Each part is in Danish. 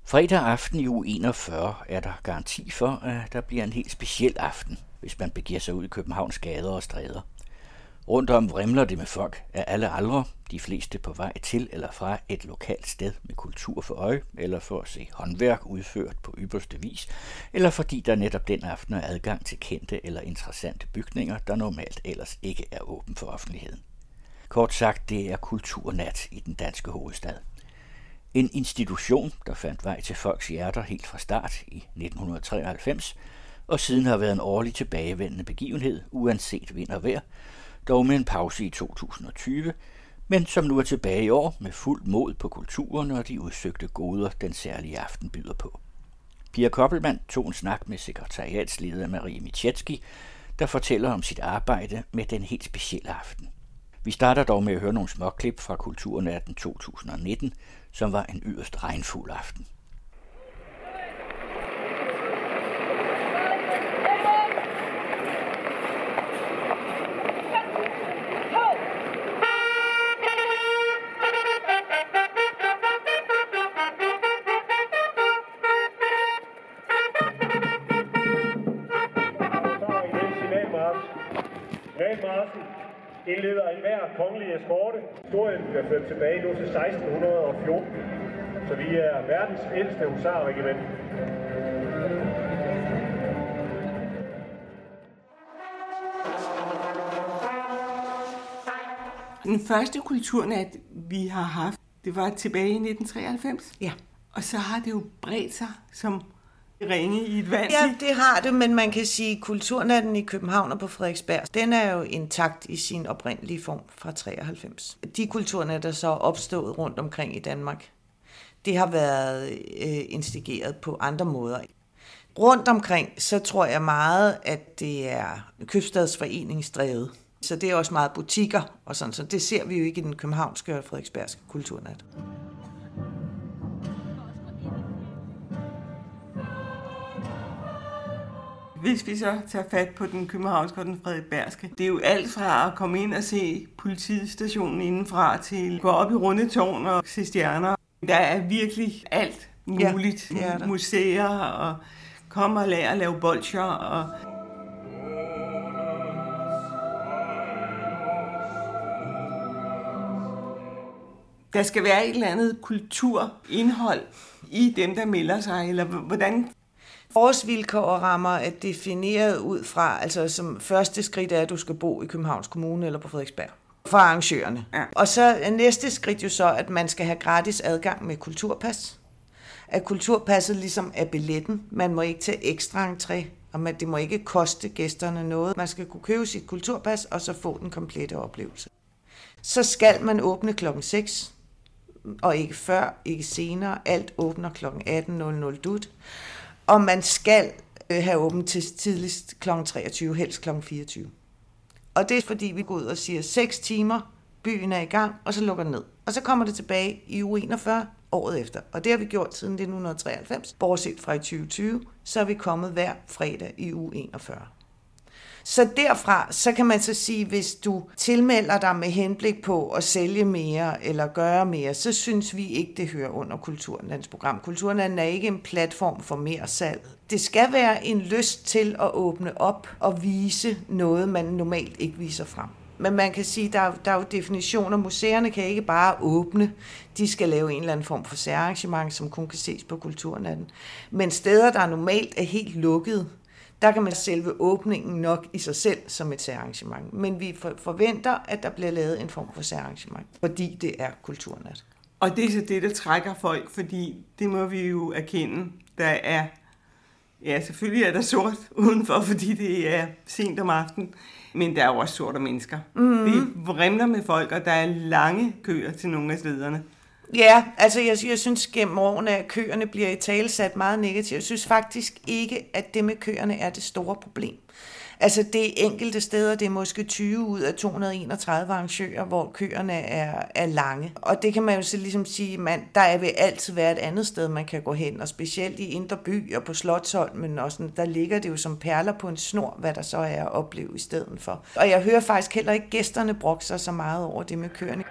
Fredag aften i uge 41 er der garanti for, at der bliver en helt speciel aften, hvis man begiver sig ud i Københavns gader og stræder. Rundt om vrimler det med folk af alle aldre, de fleste på vej til eller fra et lokalt sted med kultur for øje, eller for at se håndværk udført på ypperste vis, eller fordi der netop den aften er adgang til kendte eller interessante bygninger, der normalt ellers ikke er åben for offentligheden. Kort sagt, det er kulturnat i den danske hovedstad. En institution, der fandt vej til folks hjerter helt fra start i 1993, og siden har været en årlig tilbagevendende begivenhed, uanset vind og vejr, dog med en pause i 2020, men som nu er tilbage i år med fuld mod på kulturen og de udsøgte goder, den særlige aften byder på. Pia Koppelmann tog en snak med sekretariatsleder Marie Michetski, der fortæller om sit arbejde med den helt specielle aften. Vi starter dog med at høre nogle småklip fra Kulturnatten 2019, som var en yderst regnfuld aften. Signalmarchen indleder enhver kongelig eskorte. Historien bliver ført tilbage nu til 1614, så vi er verdens ældste husarregiment. Den første kulturnat, vi har haft, det var tilbage i 1993. Ja. Og så har det jo bredt sig som ringe i et vand. Ja, det har det, men man kan sige, at kulturnatten i København og på Frederiksberg, den er jo intakt i sin oprindelige form fra 93. De kulturnatter, der så er opstået rundt omkring i Danmark, det har været instigeret på andre måder. Rundt omkring, så tror jeg meget, at det er købstadsforeningsdrevet. Så det er også meget butikker og sådan, så det ser vi jo ikke i den københavnske og frederiksbergske kulturnat. Hvis vi så tager fat på den københavnske og den frederiksbergske, det er jo alt fra at komme ind og se politistationen indenfra til at gå op i Rundetårn og se stjerner. Der er virkelig alt muligt. Ja, museer og komme og lære at lave bolsjer og der skal være et eller andet kulturindhold i dem, der melder sig, eller hvordan? Vores vilkår og rammer er defineret ud fra, altså som første skridt er, at du skal bo i Københavns Kommune eller på Frederiksberg, for arrangørerne. Ja. Og så er næste skridt jo så, at man skal have gratis adgang med kulturpas. At kulturpasset ligesom er billetten. Man må ikke tage ekstra entré, og det må ikke koste gæsterne noget. Man skal kunne købe sit kulturpas, og så få den komplette oplevelse. Så skal man åbne klokken 6, og ikke før, ikke senere. Alt åbner klokken 18.00 dut. Og man skal have åbent til tidligst kl. 23, helst kl. 24. Og det er fordi, vi går ud og siger 6 timer, byen er i gang, og så lukker den ned. Og så kommer det tilbage i uge 41 året efter. Og det har vi gjort siden 1993. Bortset fra i 2020, så er vi kommet hver fredag i uge 41. Så derfra, så kan man så sige, hvis du tilmelder dig med henblik på at sælge mere eller gøre mere, så synes vi ikke, det hører under Kulturnats program. Kulturnatten er ikke en platform for mere salg. Det skal være en lyst til at åbne op og vise noget, man normalt ikke viser frem. Men man kan sige, der er jo definitioner. Museerne kan ikke bare åbne. De skal lave en eller anden form for særarrangement, som kun kan ses på Kulturnatten. Men steder, der normalt er helt lukkede, der kan man selve åbningen nok i sig selv som et særarrangement. Men vi forventer, at der bliver lavet en form for særarrangement, fordi det er kulturnat. Og det er så det, der trækker folk, fordi det må vi jo erkende, der er, ja selvfølgelig er der sort udenfor, fordi det er sent om aftenen, men der er jo også sorte mennesker. Mm-hmm. Det vrimler med folk, og der er lange køer til nogle af stederne. Ja, altså jeg synes gennem årene, at køerne bliver i tale sat meget negativt. Jeg synes faktisk ikke, at det med køerne er det store problem. Altså det er enkelte steder, det er måske 20 ud af 231 arrangører, hvor køerne er lange. Og det kan man jo så ligesom sige, der vil altid være et andet sted, man kan gå hen. Og specielt i Indre By og på Slotsholmen, og sådan, der ligger det jo som perler på en snor, hvad der så er at opleve i stedet for. Og jeg hører faktisk heller ikke gæsterne brokke sig så meget over det med køerne.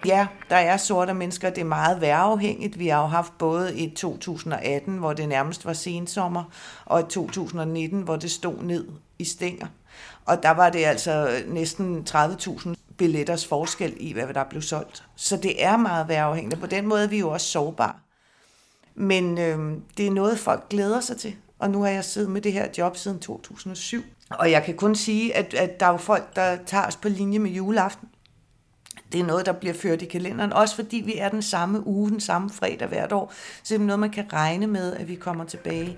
Ja, der er sorte mennesker, det er meget vejrafhængigt. Vi har jo haft både i 2018, hvor det nærmest var sensommer, og i 2019, hvor det stod ned i stænger. Og der var det altså næsten 30.000 billetters forskel i, hvad der blev solgt. Så det er meget vejrafhængigt. På den måde er vi jo også sårbare. Men det er noget, folk glæder sig til. Og nu har jeg siddet med det her job siden 2007. Og jeg kan kun sige, at der er jo folk, der tager os på linje med juleaften. Det er noget, der bliver ført i kalenderen, også fordi vi er den samme uge, den samme fredag hvert år. Så det er noget, man kan regne med, at vi kommer tilbage.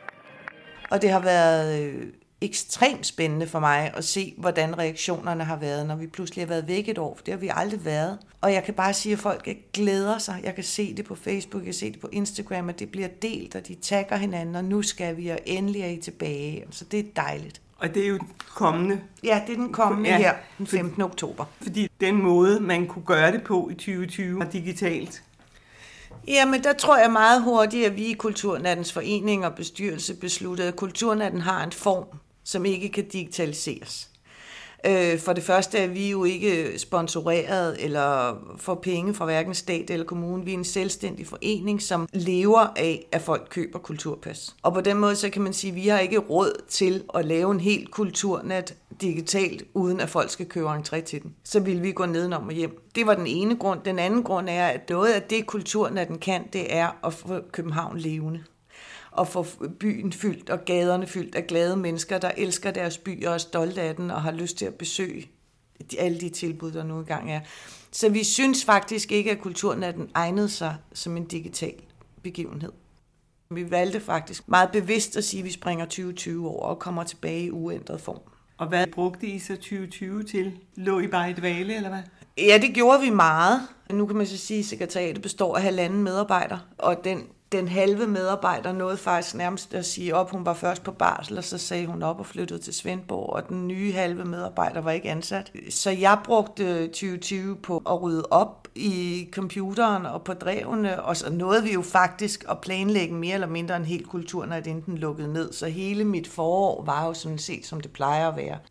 Og det har været ekstremt spændende for mig at se, hvordan reaktionerne har været, når vi pludselig har været væk et år, for det har vi aldrig været. Og jeg kan bare sige, at folk glæder sig. Jeg kan se det på Facebook, jeg kan se det på Instagram, at det bliver delt, og de tagger hinanden, og nu skal vi, og endelig er I tilbage. Så det er dejligt. Og det er jo kommende. Ja, det er den kommende her, den 15. oktober. Fordi den måde, man kunne gøre det på i 2020, var digitalt. Jamen, der tror jeg meget hurtigt, at vi i Kulturnattens forening og bestyrelse besluttede, at Kulturnatten har en form, som ikke kan digitaliseres. For det første er vi jo ikke sponsoreret eller får penge fra hverken stat eller kommune. Vi er en selvstændig forening, som lever af, at folk køber kulturpas. Og på den måde, så kan man sige, at vi har ikke råd til at lave en helt kulturnat digitalt, uden at folk skal købe entré til den. Så vil vi gå nedenom og hjem. Det var den ene grund. Den anden grund er, at noget af det Kulturnatten kan, det er at få København levende. Og få byen fyldt og gaderne fyldt af glade mennesker, der elsker deres by og er stolte af den og har lyst til at besøge alle de tilbud, der nu engang er. Så vi synes faktisk ikke, at Kulturnatten egnede sig som en digital begivenhed. Vi valgte faktisk meget bevidst at sige, at vi springer 2020 over og kommer tilbage i uændret form. Og hvad brugte I så 2020 til? Lå I bare i dvale, eller hvad? Ja, det gjorde vi meget. Nu kan man så sige, at sekretariatet består af 1,5 medarbejder, og den halve medarbejder nåede faktisk nærmest at sige op. Hun var først på barsel, og så sagde hun op og flyttede til Svendborg, og den nye halve medarbejder var ikke ansat. Så jeg brugte 2020 på at rydde op i computeren og på drevene, og så nåede vi jo faktisk at planlægge mere eller mindre en hel kulturnat, inden den lukkede ned. Så hele mit forår var jo sådan set, som det plejer at være.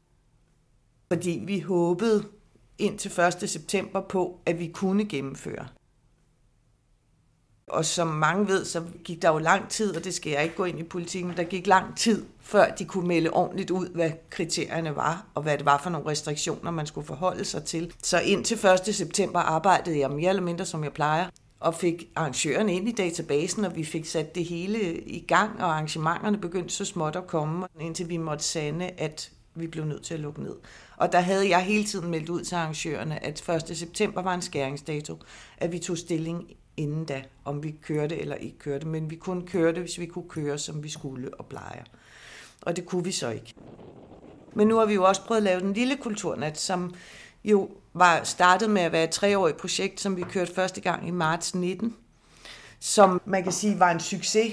Fordi vi håbede indtil 1. september på, at vi kunne gennemføre. Og som mange ved, så gik der jo lang tid, og det skal jeg ikke gå ind i politikken, men der gik lang tid, før de kunne melde ordentligt ud, hvad kriterierne var, og hvad det var for nogle restriktioner, man skulle forholde sig til. Så indtil 1. september arbejdede jeg mere eller mindre, som jeg plejer, og fik arrangørerne ind i databasen, og vi fik sat det hele i gang, og arrangementerne begyndte så småt at komme, indtil vi måtte sande, at vi blev nødt til at lukke ned. Og der havde jeg hele tiden meldt ud til arrangørerne, at 1. september var en skæringsdato, at vi tog stilling inden da, om vi kørte eller ikke kørte, men vi kunne køre det, hvis vi kunne køre, som vi skulle og plejer. Og det kunne vi så ikke. Men nu har vi jo også prøvet at lave den lille kulturnat, som jo var startet med at være et 3-årigt projekt, som vi kørte første gang i marts 19, som man kan sige var en succes,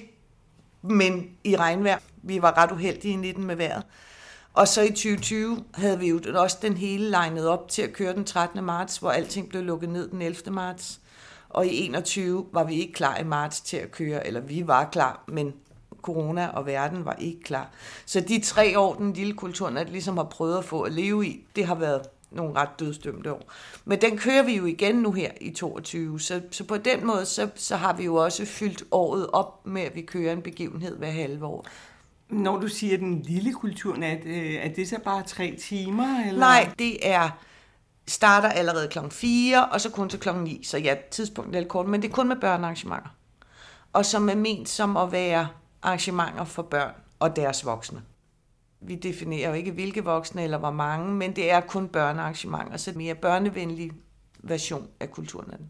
men i regnvejr. Vi var ret uheldige i 19 med vejret. Og så i 2020 havde vi jo også den hele legnet op til at køre den 13. marts, hvor alting blev lukket ned den 11. marts. Og i 21 var vi ikke klar i marts til at køre, eller vi var klar, men corona og verden var ikke klar. Så de 3 år, den lille kulturnat ligesom har prøvet at få at leve i, det har været nogle ret dødsdømte år. Men den kører vi jo igen nu her i 22, så på den måde, så har vi jo også fyldt året op med, at vi kører en begivenhed hver halve år. Når du siger den lille kulturnat, er det så bare 3 timer? Eller? Nej, det starter allerede kl. 4, og så kun til kl. 9. Så ja, tidspunktet er lidt kort, men det er kun med børnearrangementer. Og som er ment som at være arrangementer for børn og deres voksne. Vi definerer jo ikke, hvilke voksne eller hvor mange, men det er kun børnearrangementer, så det er mere børnevenlig version af kulturnatten.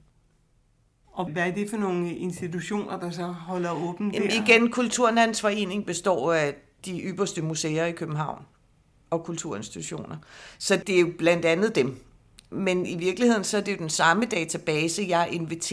Og hvad er det for nogle institutioner, der så holder åbent der? Igen, Kulturnattens forening består af de ypperste museer i København og kulturinstitutioner. Så det er jo blandt andet dem. Men i virkeligheden så er det jo den samme database, jeg inviterer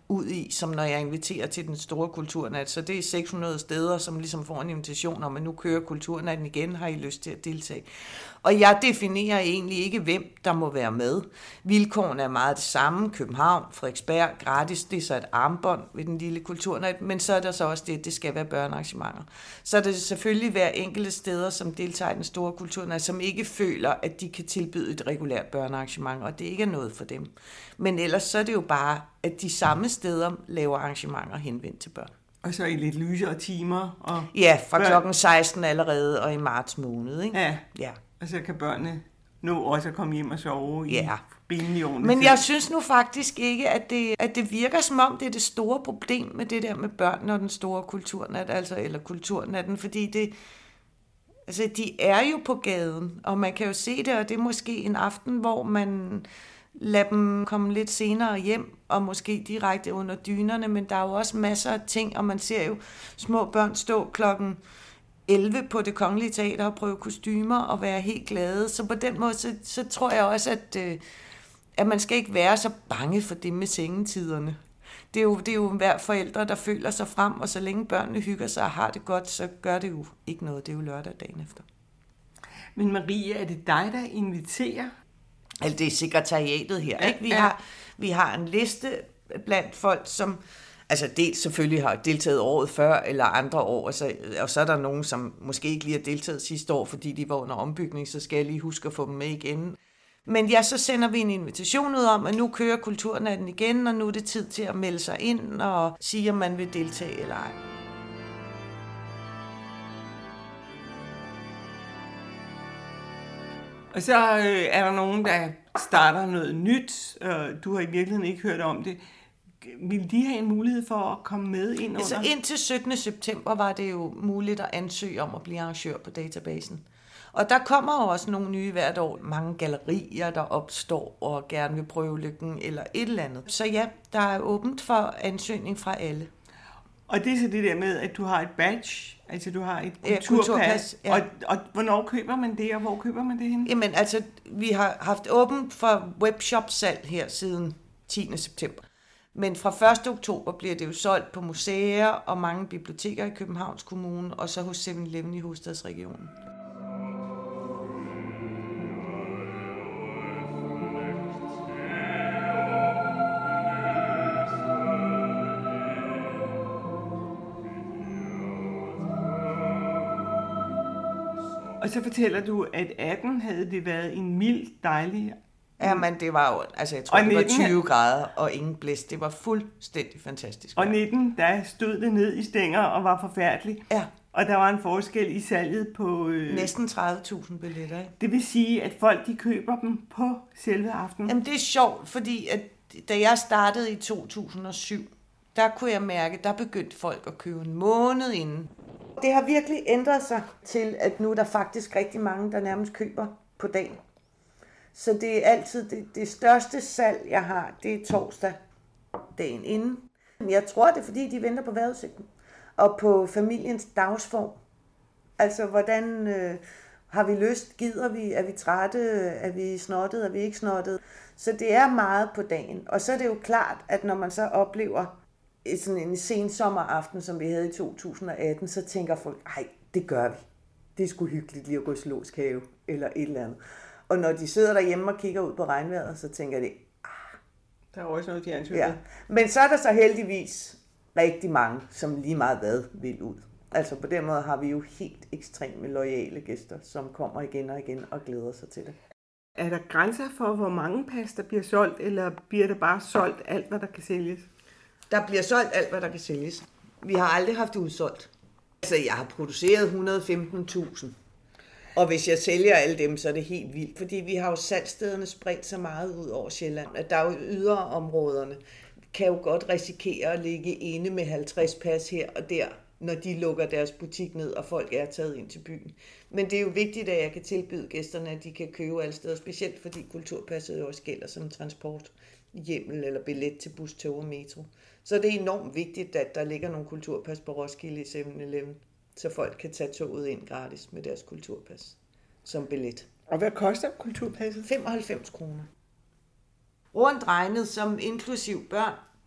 ud i, som når jeg inviterer til den store kulturnat. Så det er 600 steder, som ligesom får en invitation om, at nu kører kulturnatten igen, har I lyst til at deltage. Og jeg definerer egentlig ikke, hvem der må være med. Vilkårene er meget det samme. København, Frederiksberg, gratis, det er så et armbånd ved den lille kulturnat, men så er der så også det skal være børnearrangementer. Så er det selvfølgelig hver enkelte steder, som deltager i den store kulturnat, som ikke føler, at de kan tilbyde et regulært børnearrangement, og det ikke er noget for dem. Men ellers så er det jo bare, at de samme steder laver arrangementer henvendt til børn. Og så i lidt lysere timer. Og ja, fra klokken 16 allerede og i marts måned. Ikke? Ja. Og så kan børnene nå også at komme hjem og sove i rimelig ordentligt. Men jeg synes nu faktisk ikke, at det virker som om, det er det store problem med det der med børn og den store kulturnat, altså, eller kulturnatten, fordi de er jo på gaden, og man kan jo se det, og det er måske en aften, hvor man lader dem komme lidt senere hjem, og måske direkte under dynerne, men der er jo også masser af ting, og man ser jo små børn stå klokken 11 på Det Kongelige Teater og prøve kostymer og være helt glade. Så på den måde, så tror jeg også, at man skal ikke være så bange for det med sengetiderne. Det er jo hver forældre, der føler sig frem, og så længe børnene hygger sig og har det godt, så gør det jo ikke noget. Det er jo lørdag dagen efter. Men Marie, er det dig, der inviterer? Altså det er sekretariatet her, ikke? Vi har en liste blandt folk, som dels selvfølgelig har deltaget året før eller andre år, og så er der nogen, som måske ikke lige har deltaget sidste år, fordi de var under ombygning, så skal jeg lige huske at få dem med igen. Men ja, så sender vi en invitation ud om, at nu kører kulturnatten igen, og nu er det tid til at melde sig ind og sige, om man vil deltage eller ej. Og så er der nogen, der starter noget nyt, og du har i virkeligheden ikke hørt om det. Vil de have en mulighed for at komme med ind under? Altså indtil 17. september var det jo muligt at ansøge om at blive arrangør på databasen. Og der kommer jo også nogle nye hvert år. Mange gallerier, der opstår og gerne vil prøve lykken eller et eller andet. Så ja, der er åbent for ansøgning fra alle. Og det er så det der med, at du har et badge, altså du har et kulturpas. Ja. Og hvornår køber man det, og hvor køber man det henne? Jamen altså, vi har haft åbent for webshop-salg her siden 10. september. Men fra 1. oktober bliver det jo solgt på museer og mange biblioteker i Københavns Kommune, og så hos 7-Eleven i Hovedstadsregionen. Og så fortæller du, at 18 havde det været en mild, dejlig... Ja, men det var jo, altså jeg tror, det var 20 grader og ingen blæst. Det var fuldstændig fantastisk. Og 19, der stod det ned i stænger og var forfærdeligt. Ja. Og der var en forskel i salget på... Næsten 30.000 billetter. Det vil sige, at folk de køber dem på selve aftenen. Jamen det er sjovt, fordi at, da jeg startede i 2007, der kunne jeg mærke, der begyndte folk at købe en måned inden. Det har virkelig ændret sig til, at nu er der faktisk rigtig mange, der nærmest køber på dagen. Så det er altid det største salg, jeg har, det er torsdag dagen inden. Jeg tror, det er fordi, de venter på vejrudsigten og på familiens dagsform. Altså, hvordan har vi lyst? Gider vi? Er vi trætte? Er vi snottet? Er vi ikke snottet? Så det er meget på dagen. Og så er det jo klart, at når man så oplever sådan en sensommeraften, som vi havde i 2018, så tænker folk, ej, det gør vi. Det er sgu hyggeligt lige at gå i zoologisk have eller et eller andet. Og når de sidder derhjemme og kigger ud på regnvejret, så tænker de, der er også noget fjernsyn. Ja. Men så er der så heldigvis rigtig mange, som lige meget hvad vil ud. Altså på den måde har vi jo helt ekstreme loyale gæster, som kommer igen og igen og glæder sig til det. Er der grænser for, hvor mange pas, der bliver solgt, eller bliver der bare solgt alt, hvad der kan sælges? Der bliver solgt alt, hvad der kan sælges. Vi har aldrig haft det udsolgt. Altså, jeg har produceret 115.000. Og hvis jeg sælger alle dem, så er det helt vildt. Fordi vi har jo salgsstederne spredt så meget ud over Sjælland, at der er jo yderområderne kan jo godt risikere at ligge inde med 50 pas her og der, når de lukker deres butik ned, og folk er taget ind til byen. Men det er jo vigtigt, at jeg kan tilbyde gæsterne, at de kan købe alle steder, specielt fordi kulturpasset jo også gælder som transport, hjemmel eller billet til bus, tog og metro. Så det er enormt vigtigt, at der ligger nogle kulturpas på Roskilde i 7-Eleven, så folk kan tage toget ind gratis med deres kulturpas som billet. Og hvad koster kulturpasset? 95 kroner. Rundt regnet som inklusiv børn,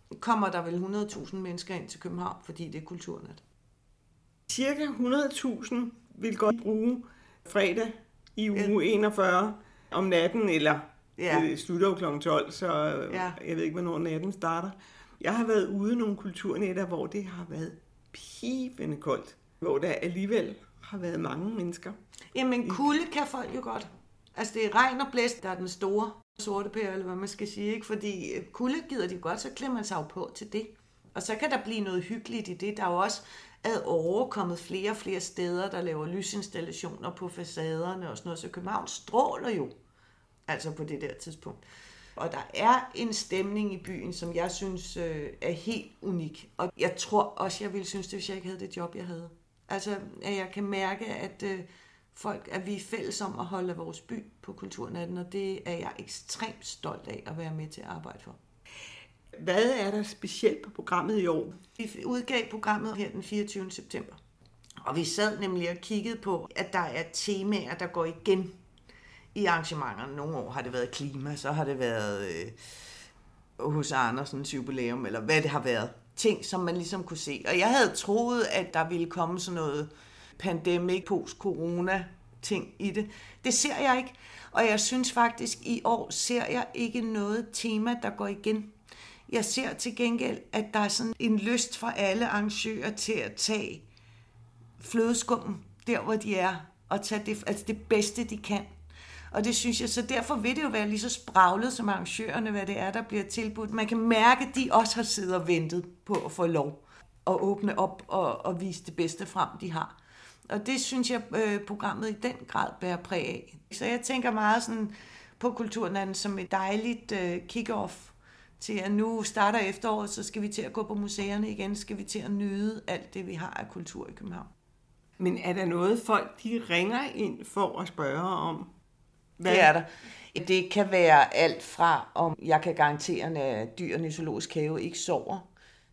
kommer der vel 100.000 mennesker ind til København, fordi det er kulturnat. Cirka 100.000 vil godt bruge fredag i uge 41 om natten, eller det slutter jo kl. 12, så jeg ved ikke, hvornår natten starter. Jeg har været ude nogle kulturnetter, hvor det har været pivende koldt, hvor der alligevel har været mange mennesker. Jamen kulde kan folk jo godt. Altså det er regn og blæst, der er den store sorte pære, eller hvad man skal sige, ikke? Fordi kulde gider de godt, så klæder man sig jo på til det. Og så kan der blive noget hyggeligt i det. Der er jo også overkommet flere og flere steder, der laver lysinstallationer på facaderne og sådan noget, så København stråler jo, altså på det der tidspunkt. Og der er en stemning i byen, som jeg synes er helt unik. Og jeg tror også, jeg ville synes det, hvis jeg ikke havde det job, jeg havde. Altså, at jeg kan mærke, at vi er fælles om at holde vores by på kulturnatten, og det er jeg ekstremt stolt af at være med til at arbejde for. Hvad er der specielt på programmet i år? Vi udgav programmet her den 24. september, og vi sad nemlig og kiggede på, at der er temaer, der går igen i arrangementerne. Nogle år har det været klima, så har det været H.C. Andersens jubilæum, eller hvad det har været. Ting, som man ligesom kunne se. Og jeg havde troet, at der ville komme sådan noget pandemic, post-corona ting i det. Det ser jeg ikke. Og jeg synes faktisk, i år ser jeg ikke noget tema, der går igen. Jeg ser til gengæld, at der er sådan en lyst fra alle arrangører til at tage flødeskummen der, hvor de er, og tage det bedste, de kan. Og det synes jeg, så derfor vil det jo være lige så spraglet som arrangørerne, hvad det er, der bliver tilbudt. Man kan mærke, at de også har siddet og ventet på at få lov at åbne op og vise det bedste frem, de har. Og det synes jeg, programmet i den grad bærer præg af. Så jeg tænker meget sådan på kulturnatten som et dejligt kick-off til, at nu starter efteråret, så skal vi til at gå på museerne igen, skal vi til at nyde alt det, vi har af kultur i København. Men er der noget, folk de ringer ind for at spørge om? Hvad? Det er der. Det kan være alt fra, om jeg kan garantere, at dyrene i zoologisk have ikke sover.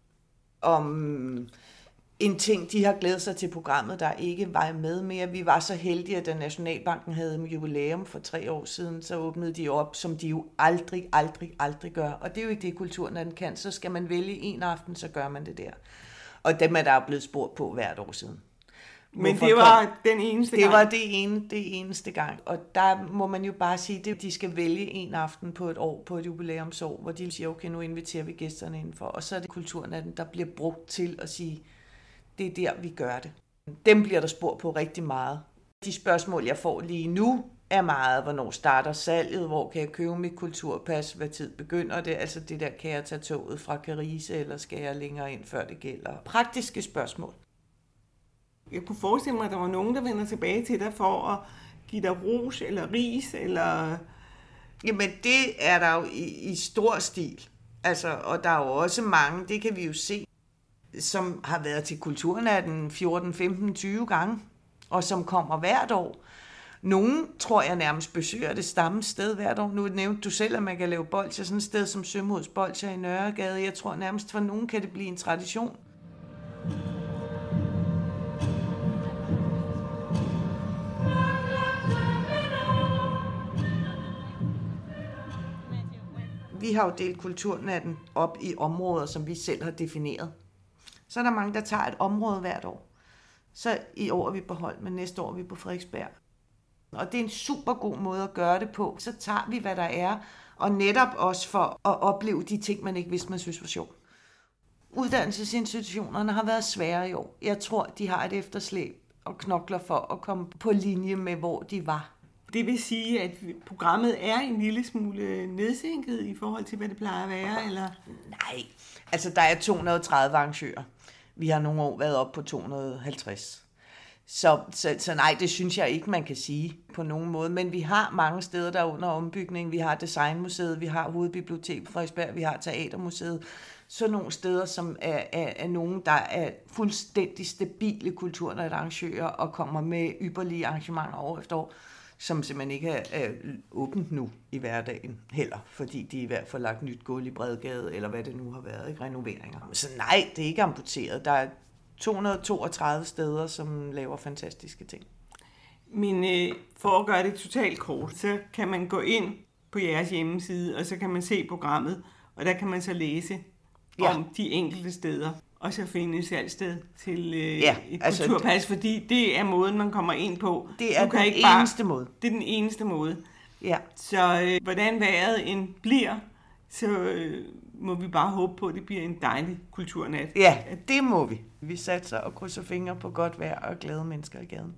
Om en ting, de har glædet sig til programmet, der ikke var med mere. Vi var så heldige, at da Nationalbanken havde jubilæum for 3 år siden, så åbnede de op, som de jo aldrig gør. Og det er jo ikke det, kulturnatten kan. Så skal man vælge en aften, så gør man det der. Og dem er der blevet spurgt på hvert år siden. Men det var den eneste gang? Det var det eneste gang. Og der må man jo bare sige, at de skal vælge en aften på et år, på et jubilæumsår, hvor de siger, okay, nu inviterer vi gæsterne indenfor. Og så er det kulturnatten, der bliver brugt til at sige, det er der, vi gør det. Dem bliver der spurgt på rigtig meget. De spørgsmål, jeg får lige nu, er meget, hvornår starter salget, hvor kan jeg købe mit kulturpas, hvad tid begynder det, altså det der, kan jeg tage toget fra Carise, eller skal jeg længere ind, før det gælder. Praktiske spørgsmål. Jeg kunne forestille mig, at der var nogen, der vender tilbage til dig for at give dig ros eller ris, eller... Jamen, det er der jo i stor stil. Altså, og der er jo også mange, det kan vi jo se, som har været til kulturnatten 14, 15, 20 gange, og som kommer hvert år. Nogle, tror jeg, nærmest besøger det samme sted hvert år. Nu nævnte du selv, at man kan lave bolsjer sådan et sted som Sømhods Bolsjer i Nørregade. Jeg tror nærmest, for nogen kan det blive en tradition. Vi har jo delt kulturnatten op i områder, som vi selv har defineret. Så er der mange, der tager et område hvert år. Så i år er vi på Holmen, men næste år er vi på Frederiksberg. Og det er en super god måde at gøre det på. Så tager vi, hvad der er, og netop også for at opleve de ting, man ikke vidste, man synes var sjovt. Uddannelsesinstitutionerne har været svære i år. Jeg tror, de har et efterslæb og knokler for at komme på linje med, hvor de var. Det vil sige, at programmet er en lille smule nedsænket i forhold til, hvad det plejer at være, eller? Nej, altså der er 230 arrangører. Vi har nogle år været op på 250. Så nej, det synes jeg ikke, man kan sige på nogen måde. Men vi har mange steder, der er under ombygning. Vi har Designmuseet, vi har Hovedbiblioteket på Frederiksberg, vi har Teatermuseet. Så nogle steder, som er nogen, der er fuldstændig stabile kulturnat-arrangører og kommer med ypperlige arrangementer år efter år, som simpelthen ikke er åbent nu i hverdagen heller, fordi de i hvert fald lagt nyt gulv i Bredgade, eller hvad det nu har været, ikke? Renoveringer. Så nej, det er ikke amputeret. Der er 232 steder, som laver fantastiske ting. Men for at gøre det totalt kort, så kan man gå ind på jeres hjemmeside, og så kan man se programmet, og der kan man så læse om de enkelte steder. Og så finde et salgssted til et kulturpas, fordi det er måden, man kommer ind på. Det er den eneste måde. Det er den eneste måde. Ja. Så hvordan vejret end bliver, så må vi bare håbe på, at det bliver en dejlig kulturnat. Ja, det må vi. Vi satser og krydser fingre på godt vejr og glade mennesker i gaden.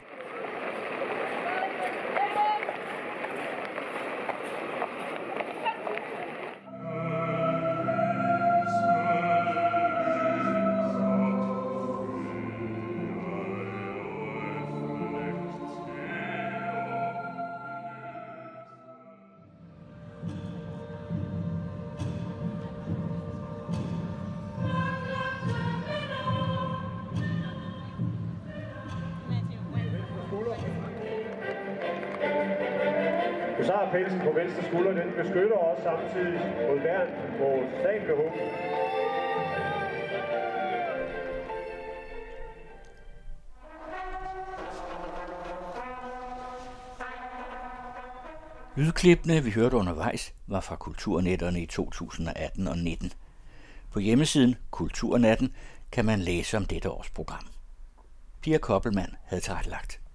Husarpelsen på venstre skulder, den beskytter også samtidig mod værn på stabelhug. Lydklippene, vi hørte undervejs, var fra Kulturnetterne i 2018 og 19. På hjemmesiden Kulturnatten kan man læse om dette års program. Pia Koppelmann havde tilrettelagt.